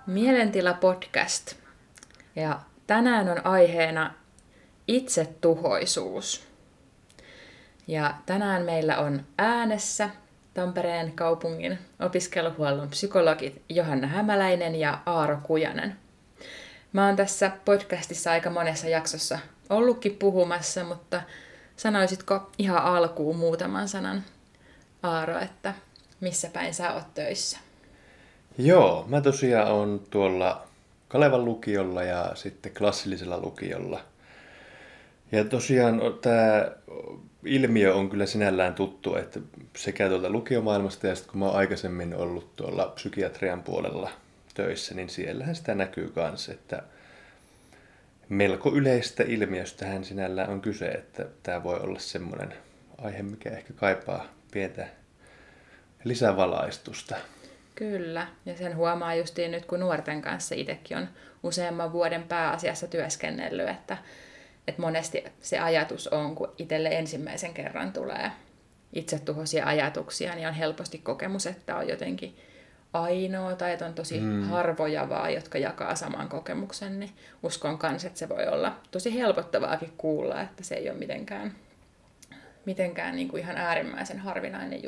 Mielentila podcast. Ja tänään on aiheena itsetuhoisuus. Ja tänään meillä on äänessä Tampereen kaupungin opiskeluhuollon psykologit Johanna Hämäläinen ja Aaro Kujanen. Mä oon tässä podcastissa aika monessa jaksossa ollutkin puhumassa, mutta sanoisitko ihan alkuun muutaman sanan, Aaro, että missä päin sä oot töissä? Joo, mä tosiaan oon tuolla Kalevan lukiolla ja sitten klassillisella lukiolla. Ja tosiaan tämä ilmiö on kyllä sinällään tuttu, että sekä tuolta lukiomaailmasta ja sitten kun mä oon aikaisemmin ollut tuolla psykiatrian puolella töissä, niin siellähän sitä näkyy kanssa, että melko yleistä ilmiöstähän sinällään on kyse, että tämä voi olla semmoinen aihe, mikä ehkä kaipaa pientä lisävalaistusta. Kyllä, ja sen huomaa justiin nyt, kun nuorten kanssa itsekin on useamman vuoden pääasiassa työskennellyt, että monesti se ajatus on, kun itselle ensimmäisen kerran tulee itsetuhoisia ajatuksia, niin on helposti kokemus, että on jotenkin ainoa tai että on tosi harvoja vaan, jotka jakaa saman kokemuksen, niin uskon kanssa, että se voi olla tosi helpottavaakin kuulla, että se ei ole mitenkään niin kuin ihan äärimmäisen harvinainen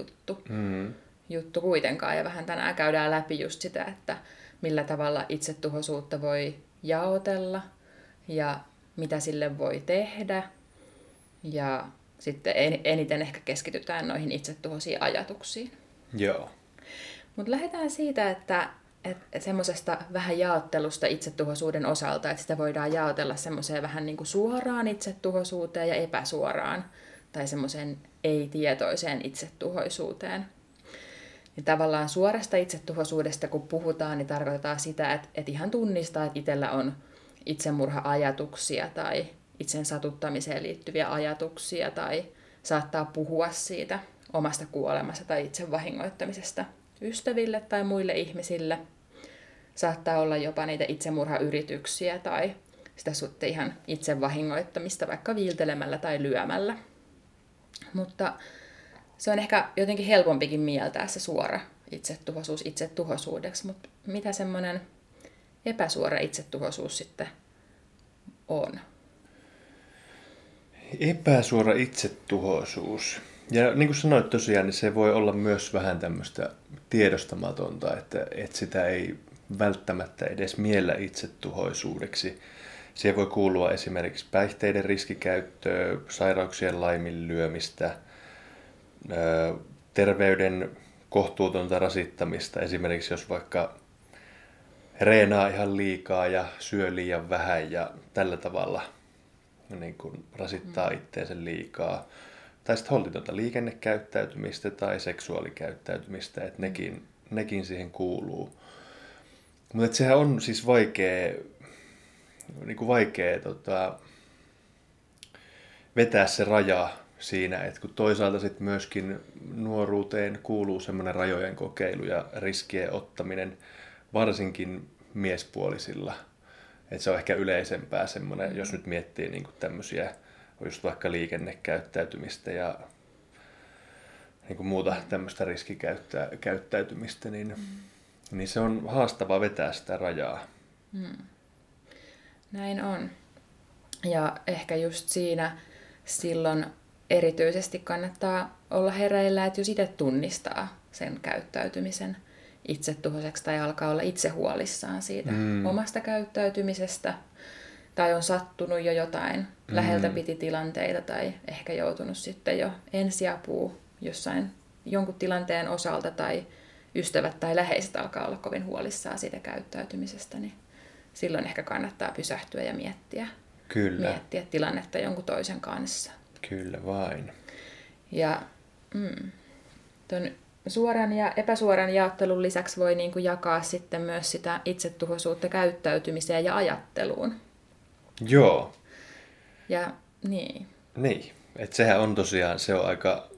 juttu kuitenkaan. Ja vähän tänään käydään läpi just sitä, että millä tavalla itsetuhoisuutta voi jaotella ja mitä sille voi tehdä. Ja sitten eniten ehkä keskitytään noihin itsetuhoisiin ajatuksiin. Joo. Mutta lähdetään siitä, että semmoisesta vähän jaottelusta itsetuhoisuuden osalta, että sitä voidaan jaotella semmoiseen vähän niin kuin suoraan itsetuhoisuuteen ja epäsuoraan tai semmoiseen ei-tietoiseen itsetuhoisuuteen. Ja tavallaan suorasta itsetuhoisuudesta, kun puhutaan, niin tarkoitetaan sitä, että ihan tunnistaa, että itsellä on itsemurha-ajatuksia tai itsen satuttamiseen liittyviä ajatuksia tai saattaa puhua siitä omasta kuolemasta tai itsen vahingoittamisesta ystäville tai muille ihmisille. Saattaa olla jopa niitä itsemurhayrityksiä tai sitä sitten ihan itsen vahingoittamista vaikka viiltelemällä tai lyömällä. Mutta se on ehkä jotenkin helpompikin mieltää se suora itsetuhoisuus itsetuhoisuudeksi, mutta mitä semmoinen epäsuora itsetuhoisuus sitten on? Epäsuora itsetuhoisuus. Ja niin kuin sanoit tosiaan, niin se voi olla myös vähän tämmöistä tiedostamatonta, että sitä ei välttämättä edes miellä itsetuhoisuudeksi. Siihen voi kuulua esimerkiksi päihteiden riskikäyttöä, sairauksien laiminlyömistä, terveyden kohtuutonta rasittamista. Esimerkiksi jos vaikka reenaa ihan liikaa ja syö liian vähän ja tällä tavalla niin kuin rasittaa itteensä liikaa. Tai sitten holtitonta liikennekäyttäytymistä tai seksuaalikäyttäytymistä, että nekin siihen kuuluu. Mutta sehän on siis vaikea vetää se raja siinä, että kun toisaalta sitten myöskin nuoruuteen kuuluu semmoinen rajojen kokeilu ja riskien ottaminen, varsinkin miespuolisilla. Että se on ehkä yleisempää semmoinen, jos nyt miettii niin kuin tämmöisiä, just vaikka liikennekäyttäytymistä ja niin kuin muuta tämmöistä riskikäyttäytymistä, niin se on haastavaa vetää sitä rajaa. Näin on. Ja ehkä just siinä silloin erityisesti kannattaa olla hereillä, että jos itse tunnistaa sen käyttäytymisen itsetuhoiseksi tai alkaa olla itse huolissaan siitä omasta käyttäytymisestä tai on sattunut jo jotain läheltä piti tilanteita tai ehkä joutunut sitten jo ensiapuun jossain jonkun tilanteen osalta tai ystävät tai läheiset alkaa olla kovin huolissaan siitä käyttäytymisestä, niin silloin ehkä kannattaa pysähtyä ja miettiä tilannetta jonkun toisen kanssa. Kyllä vain. Ja tuon suoran ja epäsuoran jaottelun lisäksi voi niin kuin jakaa sitten myös sitä itsetuhoisuutta käyttäytymiseen ja ajatteluun. Joo. Ja niin. Niin, että sehän on tosiaan, se on aika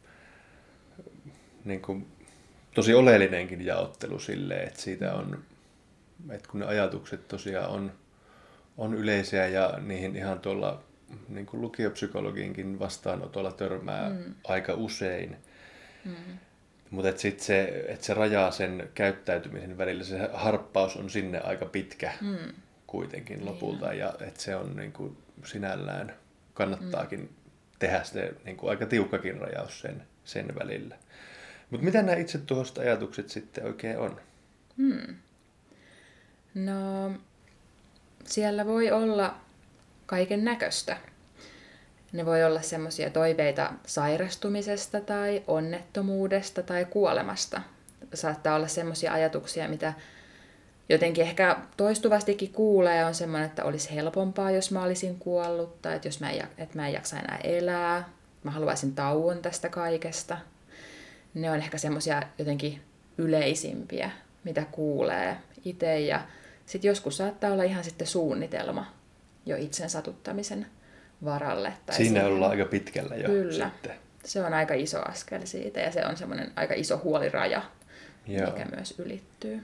niin kuin, tosi oleellinenkin jaottelu silleen, että siitä on, että kun ne ajatukset tosiaan on yleisiä ja niihin ihan tuolla niin kuin lukiopsykologiinkin vastaanotolla törmää aika usein, Mutta sitten se, että se rajaa sen käyttäytymisen välillä, se harppaus on sinne aika pitkä kuitenkin lopulta. Ja että se on niin kuin sinällään, kannattaakin tehdä se niin kuin aika tiukkakin rajaus sen välillä. Mutta mitä nämä itsetuhoiset ajatukset sitten oikein on? No, siellä voi olla kaiken näköistä. Ne voi olla semmoisia toiveita sairastumisesta tai onnettomuudesta tai kuolemasta. Saattaa olla semmoisia ajatuksia, mitä jotenkin ehkä toistuvastikin kuulee, on semmoinen, että olisi helpompaa, jos mä olisin kuollut, tai että jos mä en jaksa enää elää, mä haluaisin tauon tästä kaikesta. Ne on ehkä semmoisia jotenkin yleisimpiä, mitä kuulee itse, ja sitten joskus saattaa olla ihan sitten suunnitelma jo itsen satuttamisen varalle. Tai Siinä siihen. ollaan aika pitkällä jo. Kyllä. Sitten. Se on aika iso askel siitä, ja se on semmoinen aika iso huoliraja, mikä myös ylittyy.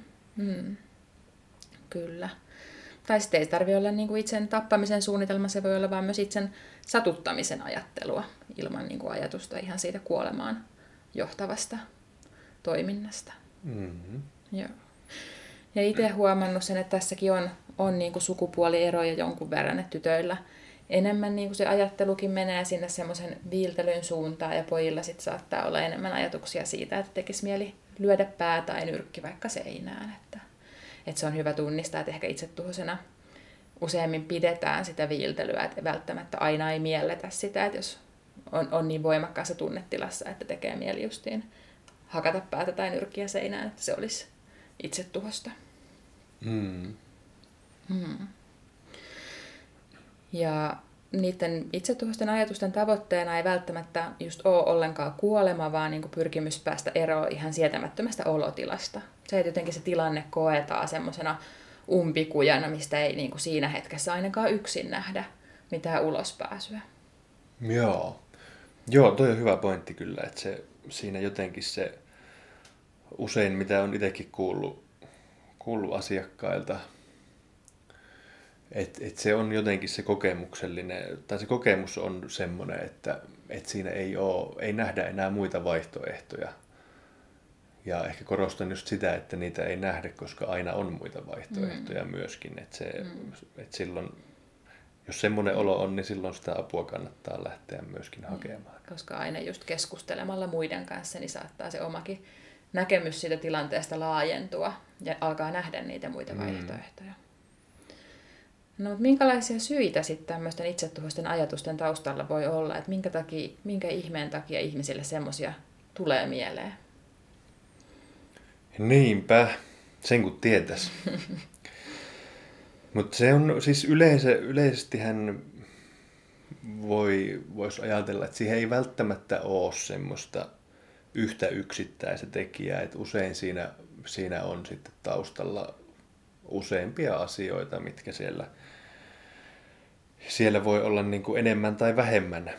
Kyllä. Tai sitten ei tarvitse olla niin kuin itsen tappamisen suunnitelma, se voi olla vaan myös itsen satuttamisen ajattelua ilman niin kuin ajatusta ihan siitä kuolemaan johtavasta toiminnasta. Joo. Ja itse huomannut sen, että tässäkin on niin kuin sukupuolieroja jonkun verran, että tytöillä enemmän niin kuin se ajattelukin menee sinne semmoisen viiltelyn suuntaan, ja pojilla sit saattaa olla enemmän ajatuksia siitä, että tekisi mieli lyödä pää tai nyrkki vaikka seinään. Että se on hyvä tunnistaa, että ehkä itsetuhoisena useammin pidetään sitä viiltelyä, että välttämättä aina ei mielletä sitä, että jos on niin voimakkaassa tunnetilassa, että tekee mieli justiin hakata päätä tai nyrkkiä seinään, että se olisi itsetuhosta. Ja niiden itsetuhoisten ajatusten tavoitteena ei välttämättä just ole ollenkaan kuolema, vaan niin kuin pyrkimys päästä eroon ihan sietämättömästä olotilasta. Se, että jotenkin se tilanne koetaan semmoisena umpikujana, mistä ei niin kuin siinä hetkessä ainakaan yksin nähdä mitään ulospääsyä. Joo, toi on hyvä pointti kyllä, että siinä jotenkin se usein, mitä on itsekin kuullut asiakkailta, että se on jotenkin se kokemuksellinen, tai se kokemus on semmoinen, että siinä ei nähdä enää muita vaihtoehtoja. Ja ehkä korostan just sitä, että niitä ei nähdä, koska aina on muita vaihtoehtoja myöskin. Että silloin, jos semmoinen olo on, niin silloin sitä apua kannattaa lähteä myöskin hakemaan. Koska aina just keskustelemalla muiden kanssa, niin saattaa se omakin näkemys siitä tilanteesta laajentua ja alkaa nähdä niitä muita vaihtoehtoja. No, mutta minkälaisia syitä sitten tämmöisten itsetuhoisten ajatusten taustalla voi olla, että minkä ihmeen takia ihmisille semmoisia tulee mieleen? Niinpä, sen kun tietäisi. Mutta se on siis yleisestihän voisi ajatella, että siihen ei välttämättä ole semmoista yhtä yksittäistä tekijää, että usein siinä on sitten taustalla useampia asioita, mitkä siellä voi olla niin kuin enemmän tai vähemmän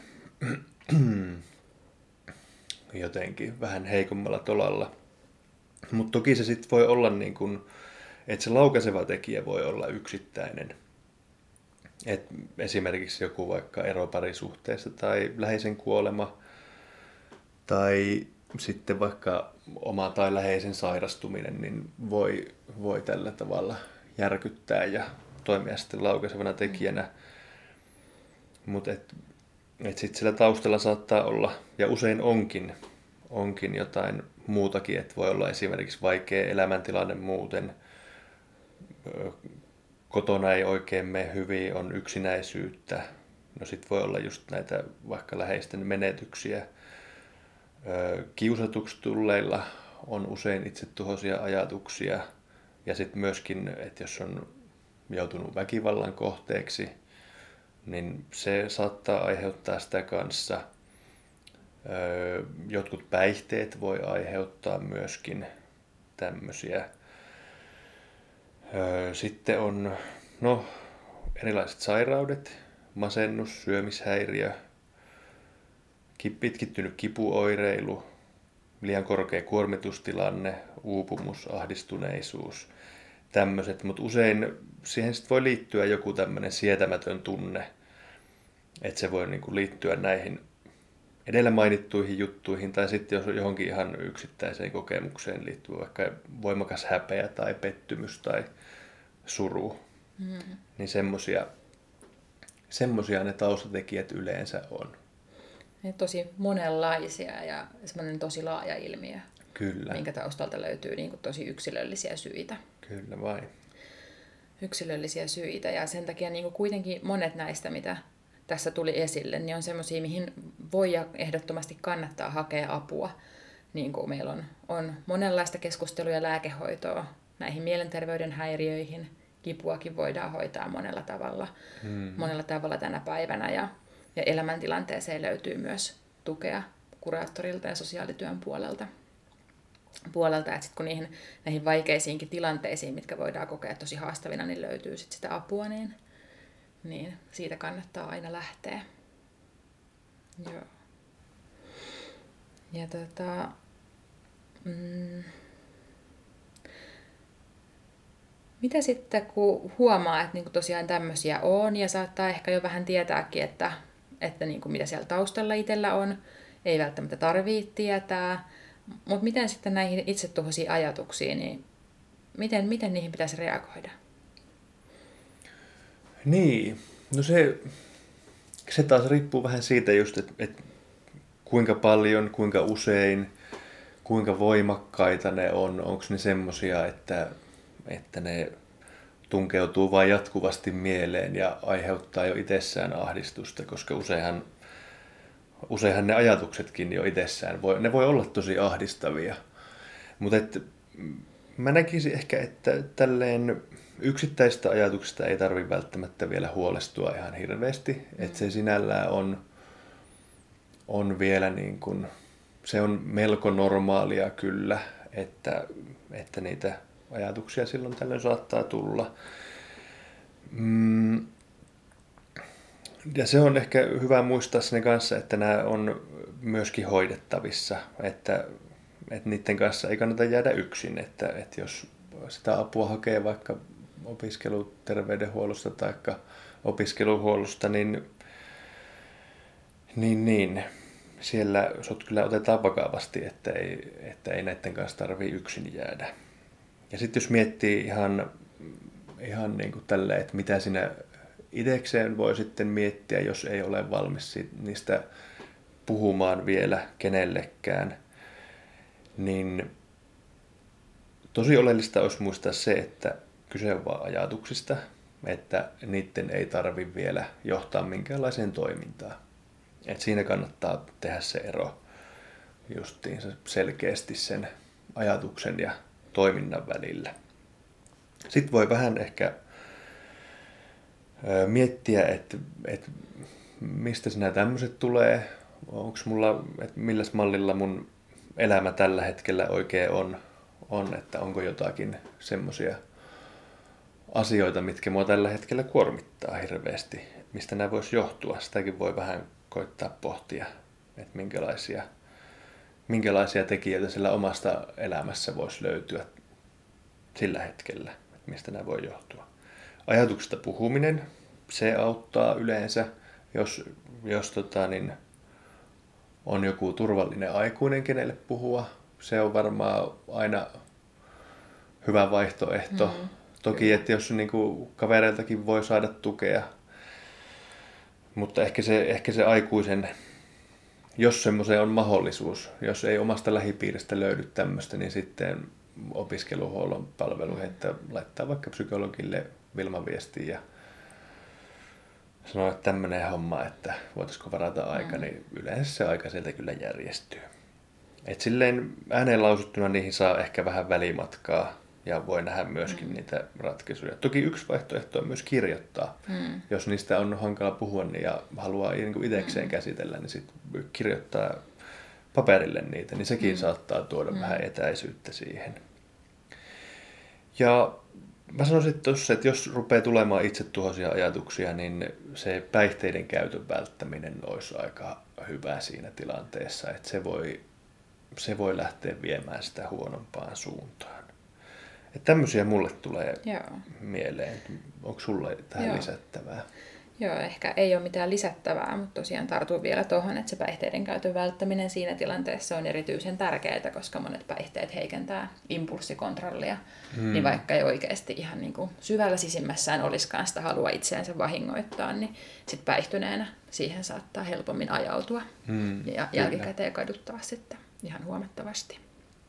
jotenkin vähän heikommalla tolalla. Mutta toki se sitten voi olla niin kuin, että se laukaiseva tekijä voi olla yksittäinen. Et esimerkiksi joku vaikka ero parisuhteessa tai läheisen kuolema tai sitten vaikka oma tai läheisen sairastuminen niin voi tällä tavalla järkyttää ja toimia sitten laukaisevana tekijänä. Mutta et sitten sillä taustalla saattaa olla, ja usein onkin jotain muutakin, että voi olla esimerkiksi vaikea elämäntilanne muuten, kotona ei oikein mene hyvin, on yksinäisyyttä, no sitten voi olla just näitä vaikka läheisten menetyksiä. Kiusatuksi tulleilla on usein itsetuhoisia ajatuksia, ja sitten myöskin, että jos on joutunut väkivallan kohteeksi, niin se saattaa aiheuttaa sitä kanssa. Jotkut päihteet voi aiheuttaa myöskin tämmöisiä. Sitten on erilaiset sairaudet, masennus, syömishäiriö, pitkittynyt kipuoireilu, liian korkea kuormitustilanne, uupumus, ahdistuneisuus, tämmöiset. Mutta usein siihen sit voi liittyä joku tämmöinen sietämätön tunne, että se voi niinku liittyä näihin edellä mainittuihin juttuihin tai sitten jos johonkin ihan yksittäiseen kokemukseen liittyy vaikka voimakas häpeä tai pettymys tai suru, niin semmosia ne taustatekijät yleensä on. Ne tosi monenlaisia ja semmoinen tosi laaja ilmiö. Kyllä. Minkä taustalta löytyy niin kuin tosi yksilöllisiä syitä. Kyllä vain. Yksilöllisiä syitä ja sen takia niin kuin kuitenkin monet näistä, mitä tässä tuli esille, niin on semmoisia, mihin voi ja ehdottomasti kannattaa hakea apua. Niin kuin meillä on monenlaista keskustelua ja lääkehoitoa näihin mielenterveyden häiriöihin. Kipuakin voidaan hoitaa monella tavalla tänä päivänä ja elämäntilanteeseen löytyy myös tukea kuraattorilta ja sosiaalityön puolelta. Että sit kun näihin vaikeisiinkin tilanteisiin, mitkä voidaan kokea tosi haastavina, niin löytyy sit sitä apua, niin siitä kannattaa aina lähteä. Joo. Ja mitä sitten, kun huomaa, että niinku tosiaan tämmöisiä on ja saattaa ehkä jo vähän tietääkin, että niinku mitä siellä taustalla itsellä on, ei välttämättä tarvitse tietää, mutta miten sitten näihin itsetuhoisiin ajatuksiin, niin miten niihin pitäisi reagoida? Niin, no se taas riippuu vähän siitä just, että kuinka paljon, kuinka usein, kuinka voimakkaita ne on. Onko ne semmosia, että ne tunkeutuu vain jatkuvasti mieleen ja aiheuttaa jo itsessään ahdistusta, koska useinhan ne ajatuksetkin jo itsessään ne voi olla tosi ahdistavia. Mutta mä näkisin ehkä, että tälleen yksittäisistä ajatuksista ei tarvitse välttämättä vielä huolestua ihan hirveästi. Että se sinällään on vielä niin kuin, se on melko normaalia kyllä, että niitä ajatuksia silloin tällöin saattaa tulla. Ja se on ehkä hyvä muistaa sinne kanssa, että nämä on myöskin hoidettavissa, että niiden kanssa ei kannata jäädä yksin, että jos sitä apua hakee vaikka opiskeluterveydenhuollosta tai opiskeluhuollosta, niin siellä sut kyllä otetaan vakavasti, että ei näiden kanssa tarvitse yksin jäädä. Ja sitten jos miettii ihan niin kuin tälleen, että mitä sinä itsekseen voi sitten miettiä, jos ei ole valmis niistä puhumaan vielä kenellekään, niin tosi oleellista olisi muistaa se, että kyse on vaan ajatuksista, että niiden ei tarvitse vielä johtaa minkäänlaiseen toimintaan. Et siinä kannattaa tehdä se ero justiinsa selkeästi sen ajatuksen ja toiminnan välillä. Sitten voi vähän ehkä miettiä, että mistä sinä tämmöiset tulee, onko mulla, että milläs mallilla mun elämä tällä hetkellä oikein on, että onko jotakin semmoisia asioita, mitkä mua tällä hetkellä kuormittaa hirveästi, mistä nämä voisi johtua. Sitäkin voi vähän koittaa pohtia, että minkälaisia tekijöitä sillä omasta elämässä voisi löytyä sillä hetkellä, että mistä nämä voi johtua. Ajatuksesta puhuminen, se auttaa yleensä, jos on joku turvallinen aikuinen, kenelle puhua. Se on varmaan aina hyvä vaihtoehto. Toki, että jos niinku kavereiltakin voi saada tukea, mutta ehkä se aikuisen, jos semmoiseen on mahdollisuus, jos ei omasta lähipiiristä löydy tämmöistä, niin sitten opiskeluhuollon palveluihin, että laittaa vaikka psykologille Vilma-viestiin ja sanoo, että tämmöinen homma, että voitaisiko varata aika, niin yleensä se aika sieltä kyllä järjestyy. Et silleen ääneen lausuttuna niihin saa ehkä vähän välimatkaa ja voi nähdä myöskin niitä ratkaisuja. Toki yksi vaihtoehto on myös kirjoittaa. Jos niistä on hankala puhua ja haluaa niin itsekseen käsitellä, niin sitten kirjoittaa paperille niitä, niin sekin saattaa tuoda vähän etäisyyttä siihen. Ja mä sanoisin tuossa, että jos rupeaa tulemaan itsetuhoisia ajatuksia, niin se päihteiden käytön välttäminen olisi aika hyvä siinä tilanteessa, että se voi lähteä viemään sitä huonompaan suuntaan. Että tämmöisiä mulle tulee mieleen. Onko sulle tähän lisättävää? Joo, ehkä ei ole mitään lisättävää, mutta tosiaan tartun vielä tuohon, että se päihteiden käytön välttäminen siinä tilanteessa on erityisen tärkeää, koska monet päihteet heikentää impulssikontrollia. Niin vaikka ei oikeasti ihan niin kuin syvällä sisimmässään olisikaan sitä halua itseänsä vahingoittaa, niin sit päihtyneenä siihen saattaa helpommin ajautua ja jälkikäteen kaduttaa sitten ihan huomattavasti.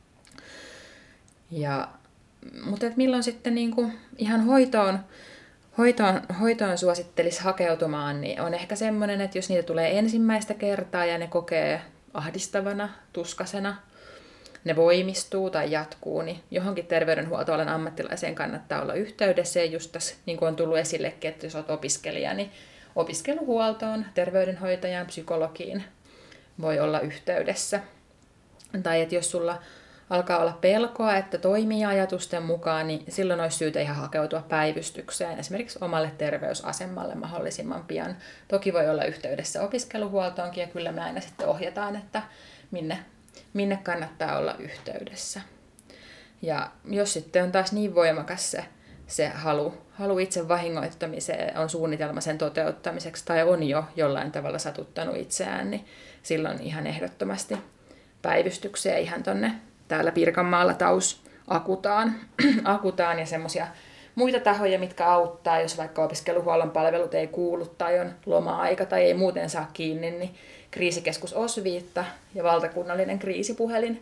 Mutta milloin sitten niin kuin ihan hoitoon suosittelisi hakeutumaan, niin on ehkä semmoinen, että jos niitä tulee ensimmäistä kertaa ja ne kokee ahdistavana, tuskasena, ne voimistuu tai jatkuu, niin johonkin terveydenhuoltoalan ammattilaiseen kannattaa olla yhteydessä. Ja just tässä, niin kuin on tullut esillekin, että jos olet opiskelija, niin opiskeluhuoltoon, terveydenhoitajaan, psykologiin voi olla yhteydessä. Tai että jos sulla alkaa olla pelkoa, että toimii ajatusten mukaan, niin silloin olisi syytä ihan hakeutua päivystykseen, esimerkiksi omalle terveysasemalle mahdollisimman pian. Toki voi olla yhteydessä opiskeluhuoltoonkin, ja kyllä me aina sitten ohjataan, että minne kannattaa olla yhteydessä. Ja jos sitten on taas niin voimakas se halu itse vahingoittamiseen, on suunnitelma sen toteuttamiseksi, tai on jo jollain tavalla satuttanut itseään, niin silloin ihan ehdottomasti päivystykseen ihan täällä Pirkanmaalla TAUS akutaan ja semmoisia muita tahoja, mitkä auttaa, jos vaikka opiskeluhuollon palvelut ei kuulu tai on loma-aika tai ei muuten saa kiinni, niin kriisikeskus Osviitta ja valtakunnallinen kriisipuhelin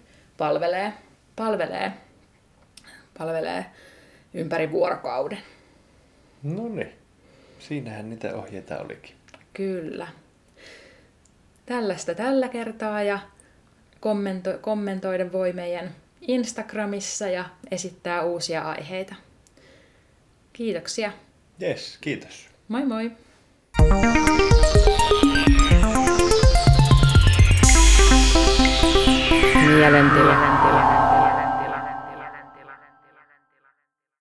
palvelee ympäri vuorokauden. No niin, siinähän niitä ohjeita olikin. Kyllä. Tällaista tällä kertaa ja kommentoida voi meidän Instagramissa ja esittää uusia aiheita. Kiitoksia. Jes, kiitos. Moi moi. Mielentila.